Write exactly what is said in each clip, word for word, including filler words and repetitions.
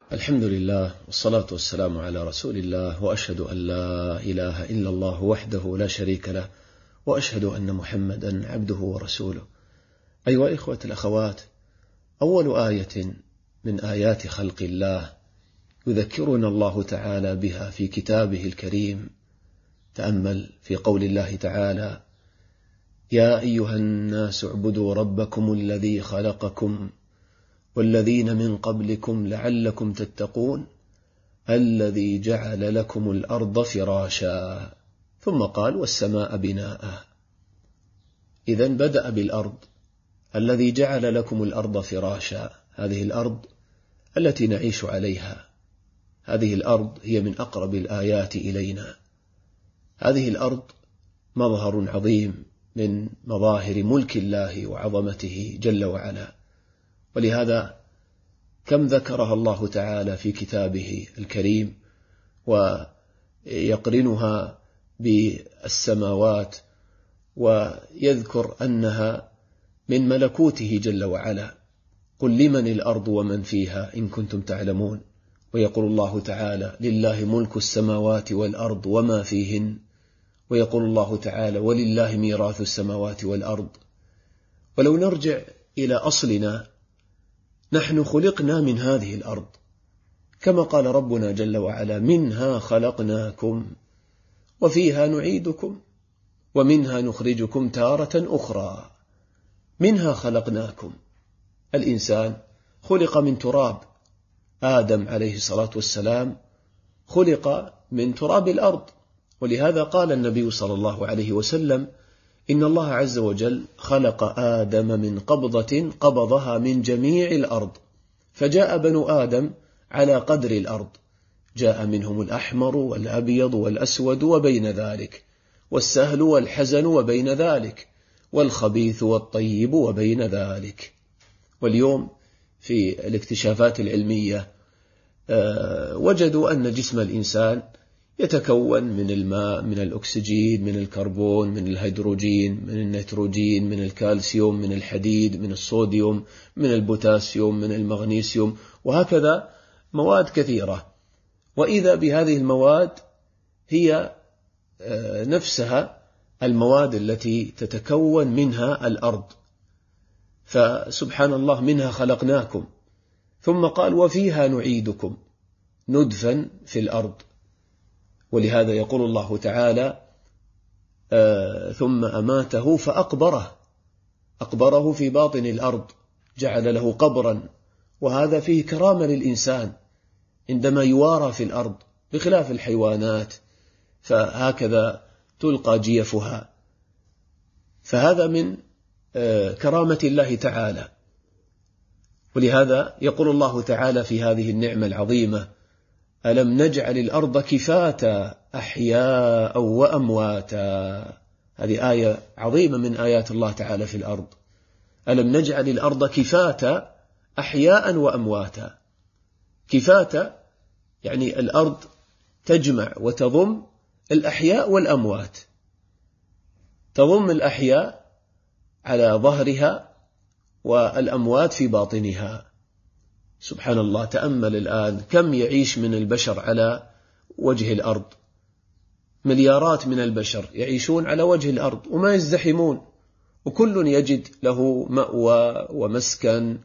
الحمد لله والصلاة والسلام على رسول الله، وأشهد أن لا إله إلا الله وحده لا شريك له، وأشهد أن محمدا عبده ورسوله. أيها الإخوة الأخوات، أول آية من آيات خلق الله يذكرنا الله تعالى بها في كتابه الكريم. تأمل في قول الله تعالى: يا أيها الناس اعبدوا ربكم الذي خلقكم والذين من قبلكم لعلكم تتقون الذي جعل لكم الأرض فراشا، ثم قال: والسماء بناء. إذن بدأ بالأرض، الذي جعل لكم الأرض فراشا. هذه الأرض التي نعيش عليها، هذه الأرض هي من أقرب الآيات إلينا. هذه الأرض مظهر عظيم من مظاهر ملك الله وعظمته جل وعلا، ولهذا كم ذكرها الله تعالى في كتابه الكريم، ويقرنها بالسماوات، ويذكر أنها من ملكوته جل وعلا. قل لمن الأرض ومن فيها إن كنتم تعلمون. ويقول الله تعالى: لله ملك السماوات والأرض وما فيهن. ويقول الله تعالى: ولله ميراث السماوات والأرض. ولو نرجع إلى أصلنا، نحن خلقنا من هذه الأرض، كما قال ربنا جل وعلا: منها خلقناكم وفيها نعيدكم ومنها نخرجكم تارة أخرى. منها خلقناكم. الإنسان خلق من تراب، آدم عليه الصلاة والسلام خلق من تراب الأرض، ولهذا قال النبي صلى الله عليه وسلم: إن الله عز وجل خلق آدم من قبضة قبضها من جميع الأرض، فجاء بنو آدم على قدر الأرض، جاء منهم الأحمر والأبيض والأسود وبين ذلك، والسهل والحزن وبين ذلك، والخبيث والطيب وبين ذلك. واليوم في الاكتشافات العلمية وجدوا أن جسم الإنسان يتكون من الماء، من الأكسجين، من الكربون، من الهيدروجين، من النيتروجين، من الكالسيوم، من الحديد، من الصوديوم، من البوتاسيوم، من المغنيسيوم، وهكذا مواد كثيرة. وإذا بهذه المواد هي نفسها المواد التي تتكون منها الأرض. فسبحان الله، منها خلقناكم. ثم قال: وفيها نعيدكم، ندفن في الأرض. ولهذا يقول الله تعالى: آه ثم أماته فأقبره، أقبره في باطن الأرض، جعل له قبرا. وهذا فيه كرامة للإنسان عندما يوارى في الأرض، بخلاف الحيوانات فهكذا تلقى جيفها. فهذا من آه كرامة الله تعالى. ولهذا يقول الله تعالى في هذه النعمة العظيمة: ألم نجعل الأرض كفاتا أحياء وأمواتا. هذه آية عظيمة من آيات الله تعالى في الأرض. ألم نجعل الأرض كفاتا أحياء وأمواتا. كفاتا يعني الأرض تجمع وتضم الأحياء والأموات، تضم الأحياء على ظهرها والأموات في باطنها. سبحان الله، تأمل الآن كم يعيش من البشر على وجه الأرض. مليارات من البشر يعيشون على وجه الأرض وما يزدحمون، وكل يجد له مأوى ومسكن،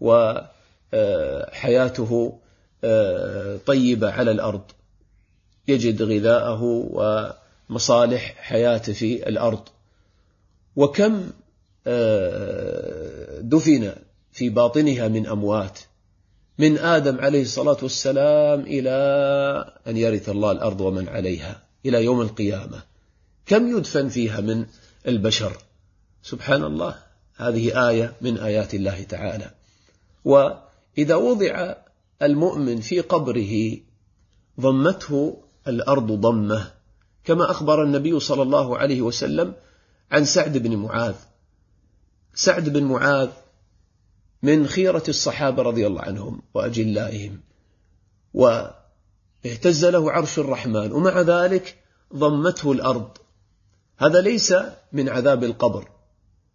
وحياته طيبة على الأرض، يجد غذاءه ومصالح حياته في الأرض. وكم دفن في باطنها من أموات، من آدم عليه الصلاة والسلام إلى أن يرث الله الأرض ومن عليها إلى يوم القيامة. كم يدفن فيها من البشر. سبحان الله، هذه آية من آيات الله تعالى. وإذا وضع المؤمن في قبره ضمته الأرض ضمه، كما أخبر النبي صلى الله عليه وسلم عن سعد بن معاذ. سعد بن معاذ من خيرة الصحابة رضي الله عنهم وأجلائهم، واهتز له عرش الرحمن، ومع ذلك ضمته الأرض. هذا ليس من عذاب القبر.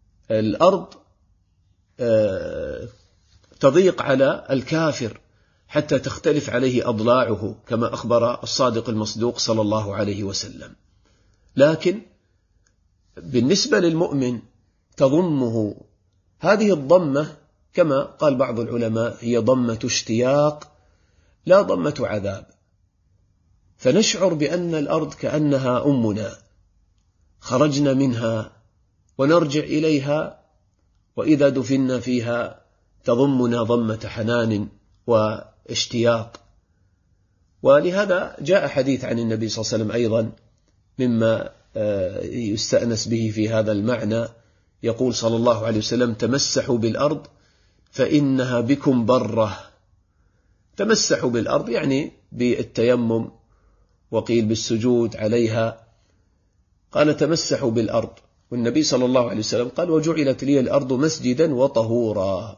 الأرض تضيق على الكافر حتى تختلف عليه أضلاعه كما أخبر الصادق المصدوق صلى الله عليه وسلم. لكن بالنسبة للمؤمن تضمه هذه الضمة، كما قال بعض العلماء، هي ضمة اشتياق لا ضمة عذاب، فنشعر بأن الأرض كأنها أمنا، خرجنا منها ونرجع إليها، وإذا دفنا فيها تضمنا ضمة حنان واشتياق. ولهذا جاء حديث عن النبي صلى الله عليه وسلم أيضا مما يستأنس به في هذا المعنى، يقول صلى الله عليه وسلم: تمسحوا بالأرض فإنها بكم برة. تمسحوا بالأرض يعني بالتيمم، وقيل بالسجود عليها. قال: تمسحوا بالأرض. والنبي صلى الله عليه وسلم قال: وجعلت لي الأرض مسجدا وطهورا.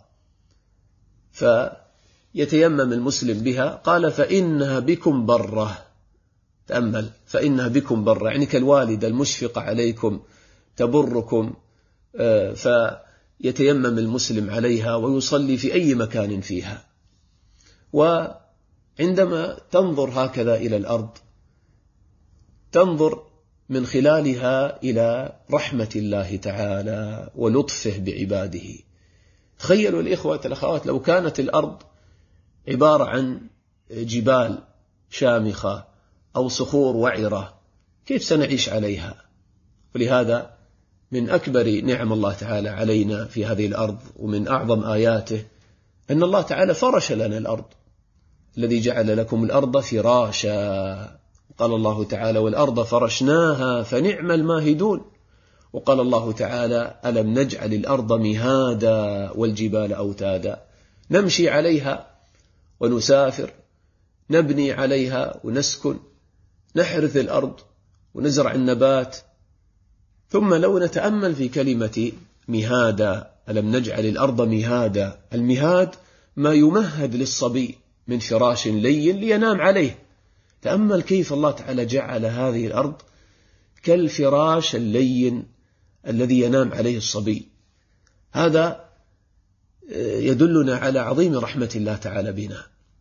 فيتيمم المسلم بها. قال: فإنها بكم برة. تأمل، فإنها بكم برة، يعني كالوالدة المشفقة عليكم تبركم، فيتيمم المسلم عليها ويصلي في أي مكان فيها. وعندما تنظر هكذا إلى الأرض تنظر من خلالها إلى رحمة الله تعالى ولطفه بعباده. تخيلوا الإخوة والأخوات لو كانت الأرض عبارة عن جبال شامخة أو صخور وعرة، كيف سنعيش عليها؟ ولهذا من أكبر نعم الله تعالى علينا في هذه الأرض ومن أعظم آياته أن الله تعالى فرش لنا الأرض، الذي جعل لكم الأرض فراشا. قال الله تعالى: والأرض فرشناها فنعم الماهدون. وقال الله تعالى: ألم نجعل الأرض مهادا والجبال أوتادا. نمشي عليها ونسافر، نبني عليها ونسكن، نحرث الأرض ونزرع النبات. ثم لو نتأمل في كلمة مهادا، ألم نجعل الأرض مهادا، المهاد ما يمهد للصبي من فراش لين لينام عليه. تأمل كيف الله تعالى جعل هذه الأرض كالفراش اللين الذي ينام عليه الصبي. هذا يدلنا على عظيم رحمة الله تعالى بنا.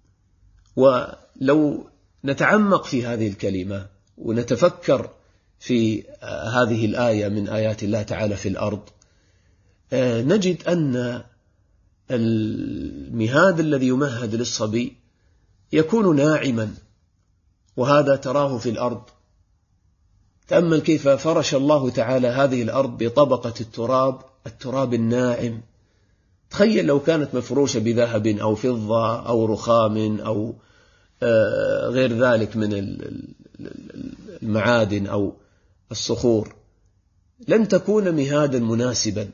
ولو نتعمق في هذه الكلمة ونتفكر في هذه الآية من آيات الله تعالى في الأرض، نجد أن المهاد الذي يمهد للصبي يكون ناعما، وهذا تراه في الأرض. تأمل كيف فرش الله تعالى هذه الأرض بطبقة التراب، التراب الناعم. تخيل لو كانت مفروشة بذهب أو فضة أو رخام أو غير ذلك من المعادن أو الصخور، لن تكون مهادا مناسبا.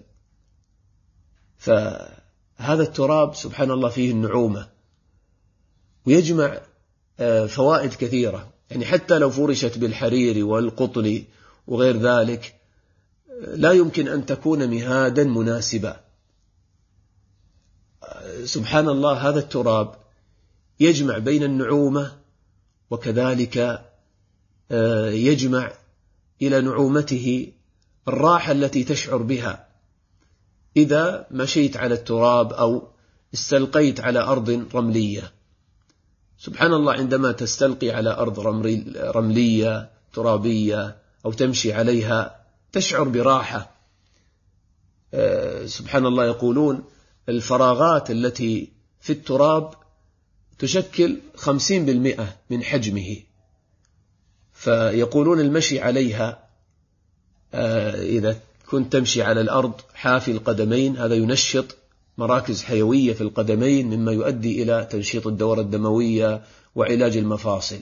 فهذا التراب سبحان الله فيه النعومة ويجمع فوائد كثيرة، يعني حتى لو فرشت بالحرير والقطن وغير ذلك لا يمكن أن تكون مهادا مناسبا. سبحان الله، هذا التراب يجمع بين النعومة وكذلك يجمع إلى نعومته الراحة التي تشعر بها إذا مشيت على التراب أو استلقيت على أرض رملية. سبحان الله، عندما تستلقي على أرض رملية ترابية أو تمشي عليها تشعر براحة. سبحان الله، يقولون الفراغات التي في التراب تشكل خمسين بالمئة من حجمه، فيقولون المشي عليها إذا كنت تمشي على الأرض حافي القدمين هذا ينشط مراكز حيوية في القدمين، مما يؤدي إلى تنشيط الدورة الدموية وعلاج المفاصل.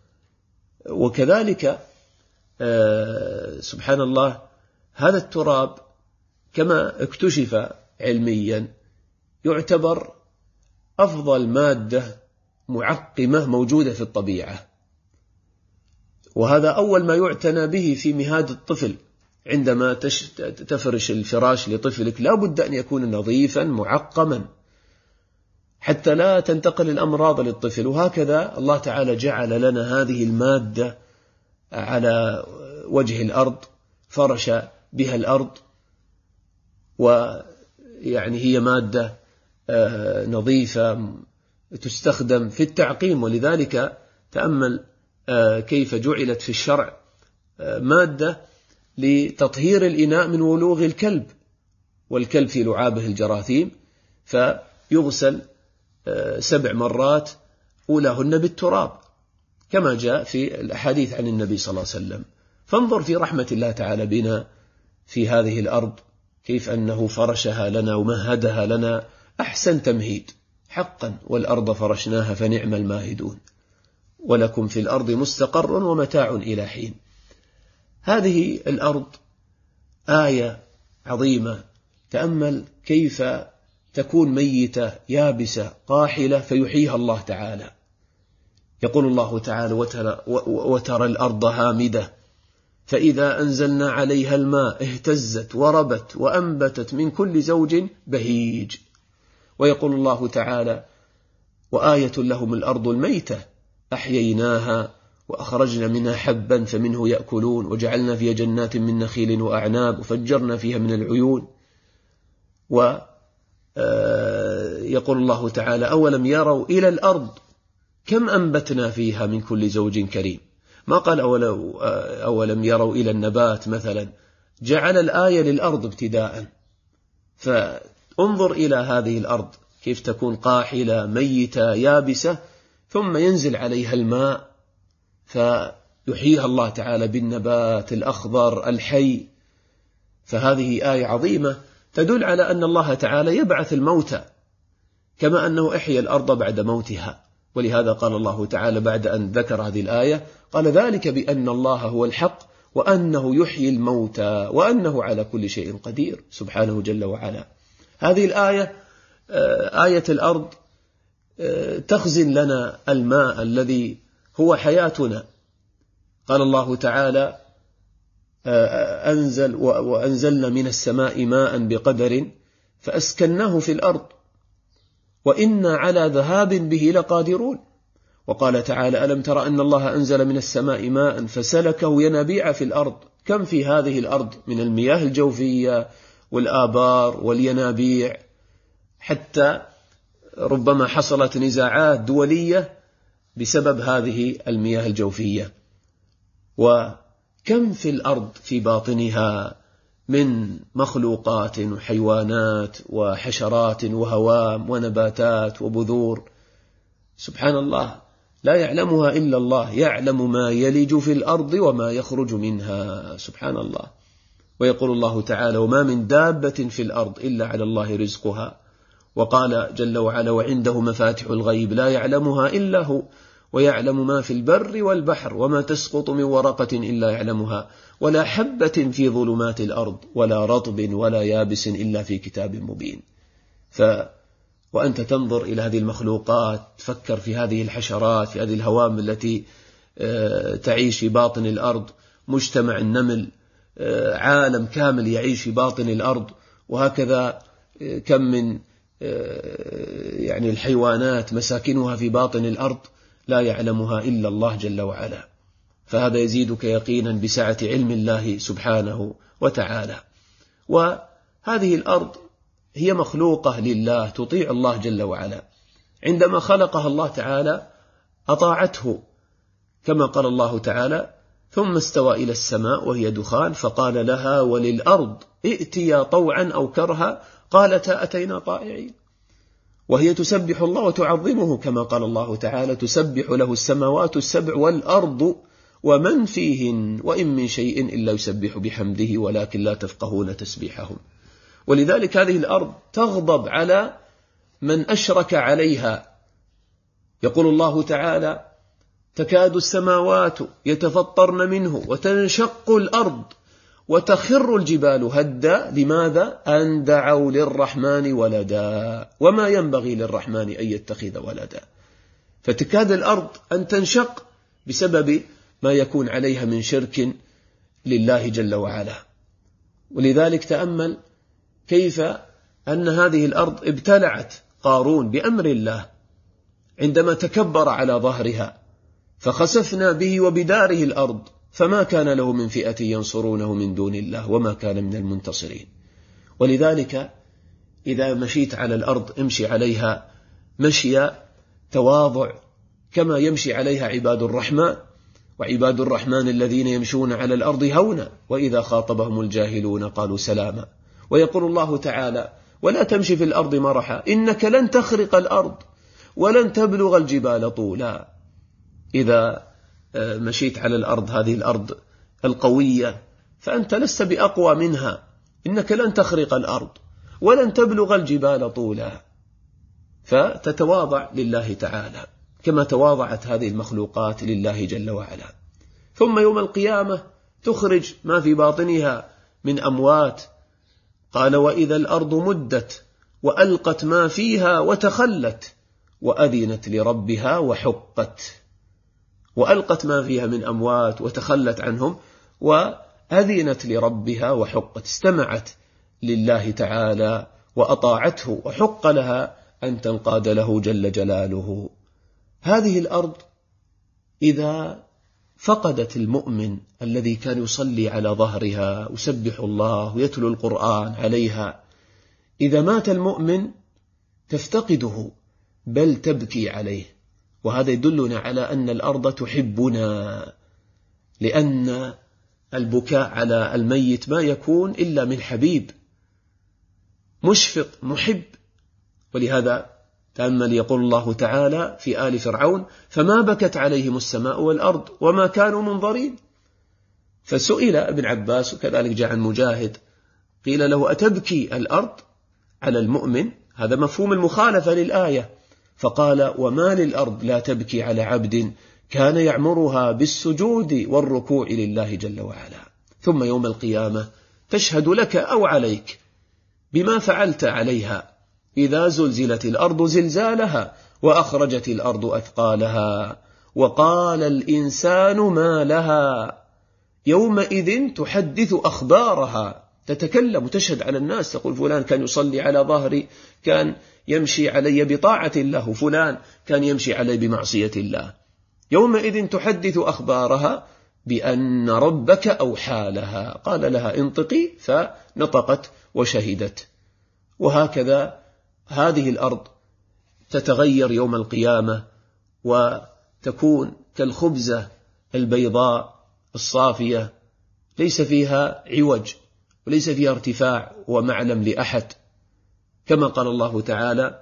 وكذلك سبحان الله، هذا التراب كما اكتشف علميا يعتبر أفضل مادة معقمة موجودة في الطبيعة، وهذا أول ما يعتنى به في مهاد الطفل. عندما تفرش الفراش لطفلك لا بد أن يكون نظيفا معقما حتى لا تنتقل الأمراض للطفل. وهكذا الله تعالى جعل لنا هذه المادة على وجه الأرض، فرش بها الأرض، ويعني هي مادة نظيفة تستخدم في التعقيم، ولذلك تأمل كيف جعلت في الشرع مادة لتطهير الإناء من ولوغ الكلب، والكلب في لعابه الجراثيم، فيغسل سبع مرات أولاهن بالتراب كما جاء في الأحاديث عن النبي صلى الله عليه وسلم. فانظر في رحمة الله تعالى بنا في هذه الأرض كيف أنه فرشها لنا ومهدها لنا أحسن تمهيد حقا، والأرض فرشناها فنعم الماهدون، ولكم في الأرض مستقر ومتاع إلى حين. هذه الأرض آية عظيمة. تأمل كيف تكون ميتة يابسة قاحلة فيحييها الله تعالى. يقول الله تعالى: وترى, وترى الأرض هامدة فإذا أنزلنا عليها الماء اهتزت وربت وأنبتت من كل زوج بهيج. ويقول الله تعالى: وآية لهم الأرض الميتة أحييناها وأخرجنا منها حبا فمنه يأكلون وجعلنا فيها جنات من نخيل وأعناب وفجرنا فيها من العيون. ويقول الله تعالى: أولم يروا إلى الأرض كم أنبتنا فيها من كل زوج كريم. ما قال أولم يروا إلى النبات مثلا، جعل الآية للأرض ابتداء. فانظر إلى هذه الأرض كيف تكون قاحلة ميتة يابسة، ثم ينزل عليها الماء فيحييها الله تعالى بالنبات الأخضر الحي. فهذه آية عظيمة تدل على أن الله تعالى يبعث الموتى كما أنه أحيا الأرض بعد موتها. ولهذا قال الله تعالى بعد أن ذكر هذه الآية قال: ذلك بأن الله هو الحق وأنه يحيي الموتى وأنه على كل شيء قدير سبحانه جل وعلا. هذه الآية آية الأرض تخزن لنا الماء الذي هو حياتنا. قال الله تعالى: أنزل وأنزلنا من السماء ماء بقدر فأسكناه في الأرض وإنا على ذهاب به لقادرون. وقال تعالى: ألم تر أن الله أنزل من السماء ماء فسلكه ينابيع في الأرض. كم في هذه الأرض من المياه الجوفية والآبار والينابيع، حتى ربما حصلت نزاعات دولية بسبب هذه المياه الجوفية. وكم في الأرض في باطنها من مخلوقات وحيوانات وحشرات وهوام ونباتات وبذور، سبحان الله لا يعلمها إلا الله. يعلم ما يلج في الأرض وما يخرج منها، سبحان الله. ويقول الله تعالى: وما من دابة في الأرض إلا على الله رزقها. وقال جل وعلا: وعنده مفاتح الغيب لا يعلمها إلا هو ويعلم ما في البر والبحر وما تسقط من ورقة إلا يعلمها ولا حبة في ظلمات الأرض ولا رطب ولا يابس إلا في كتاب مبين. ف وأنت تنظر إلى هذه المخلوقات، تفكر في هذه الحشرات، في هذه الهوام التي تعيش في باطن الأرض، مجتمع النمل، عالم كامل يعيش في باطن الأرض. وهكذا كم من يعني الحيوانات مساكنها في باطن الأرض لا يعلمها إلا الله جل وعلا. فهذا يزيدك يقينا بسعة علم الله سبحانه وتعالى. وهذه الأرض هي مخلوقة لله تطيع الله جل وعلا. عندما خلقها الله تعالى أطاعته، كما قال الله تعالى: ثم استوى إلى السماء وهي دخان فقال لها وللأرض ائتيا طوعا أو كرها قالتا أتينا طائعين. وهي تسبح الله وتعظمه، كما قال الله تعالى: تسبح له السماوات السبع والأرض ومن فيهن وإن من شيء إلا يسبح بحمده ولكن لا تفقهون تسبيحهم. ولذلك هذه الأرض تغضب على من أشرك عليها. يقول الله تعالى: تكاد السماوات يتفطرن منه وتنشق الأرض وتخر الجبال هدا. لماذا؟ أن دعوا للرحمن ولدا وما ينبغي للرحمن أن يتخذ ولدا. فتكاد الأرض أن تنشق بسبب ما يكون عليها من شرك لله جل وعلا. ولذلك تأمل كيف أن هذه الأرض ابتلعت قارون بأمر الله عندما تكبر على ظهرها، فخسفنا به وبداره الأرض فما كان له من فئة ينصرونه من دون الله وما كان من المنتصرين. ولذلك إذا مشيت على الأرض امشي عليها مشي تواضع كما يمشي عليها عباد الرحمن، وعباد الرحمن الذين يمشون على الأرض هونا وإذا خاطبهم الجاهلون قالوا سلاما. ويقول الله تعالى: ولا تمشي في الأرض مرحا إنك لن تخرق الأرض ولن تبلغ الجبال طولا. إذا مشيت على الأرض، هذه الأرض القوية، فأنت لست بأقوى منها، إنك لن تخرق الأرض ولن تبلغ الجبال طولا. فتتواضع لله تعالى كما تواضعت هذه المخلوقات لله جل وعلا. ثم يوم القيامة تخرج ما في باطنها من أموات. قال: وإذا الأرض مدت وألقت ما فيها وتخلت وأذنت لربها وحقت. وألقت ما فيها من أموات وتخلت عنهم وأذنت لربها وحقت، استمعت لله تعالى وأطاعته وحق لها أن تنقاد له جل جلاله. هذه الأرض إذا فقدت المؤمن الذي كان يصلي على ظهرها ويسبح الله ويتلو القرآن عليها، إذا مات المؤمن تفتقده بل تبكي عليه. وهذا يدلنا على أن الأرض تحبنا، لأن البكاء على الميت ما يكون إلا من حبيب مشفق محب. ولهذا تأمل يقول الله تعالى في آل فرعون: فما بكت عليهم السماء والأرض وما كانوا منظرين. فسئل ابن عباس وكذلك جاء عن مجاهد، قيل له: أتبكي الأرض على المؤمن؟ هذا مفهوم المخالفة للآية. فقال: وما للأرض لا تبكي على عبد كان يعمرها بالسجود والركوع لله جل وعلا. ثم يوم القيامة تشهد لك أو عليك بما فعلت عليها. إذا زلزلت الأرض زلزالها وأخرجت الأرض أثقالها وقال الإنسان ما لها يومئذ تحدث أخبارها. تتكلم وتشهد على الناس، تقول: فلان كان يصلي على ظهري، كان يمشي علي بطاعة الله، فلان كان يمشي علي بمعصية الله. يومئذ تحدث أخبارها بأن ربك أوحى لها، قال لها: انطقي، فنطقت وشهدت. وهكذا هذه الأرض تتغير يوم القيامة وتكون كالخبزة البيضاء الصافية، ليس فيها عوج وليس فيها ارتفاع ومعلم لأحد، كما قال الله تعالى: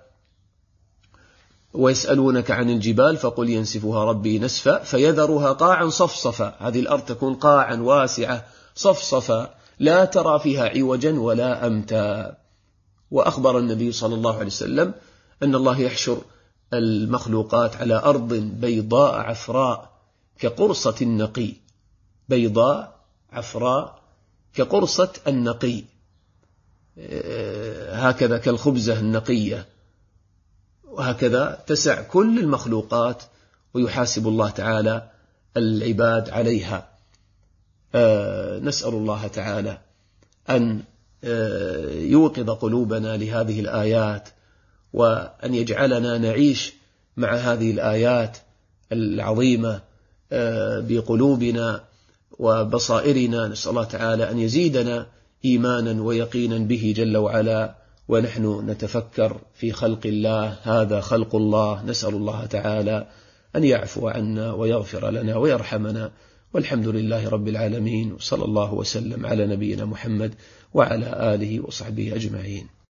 ويسألونك عن الجبال فقل ينسفها ربي نسفا فيذرها قاعا صفصفا. هذه الأرض تكون قاعا واسعة صفصفا لا ترى فيها عوجا ولا أمتا. وأخبر النبي صلى الله عليه وسلم أن الله يحشر المخلوقات على أرض بيضاء عفراء كقرصة النقي، بيضاء عفراء كقرصة النقي، هكذا كالخبزة النقية، وهكذا تسع كل المخلوقات ويحاسب الله تعالى العباد عليها. نسأل الله تعالى أن يوقظ قلوبنا لهذه الآيات، وأن يجعلنا نعيش مع هذه الآيات العظيمة بقلوبنا وبصائرنا. نسأل الله تعالى أن يزيدنا إيمانا ويقينا به جل وعلا، ونحن نتفكر في خلق الله. هذا خلق الله، نسأل الله تعالى أن يعفو عنا ويغفر لنا ويرحمنا، والحمد لله رب العالمين، وصلى الله وسلم على نبينا محمد وعلى آله وصحبه أجمعين.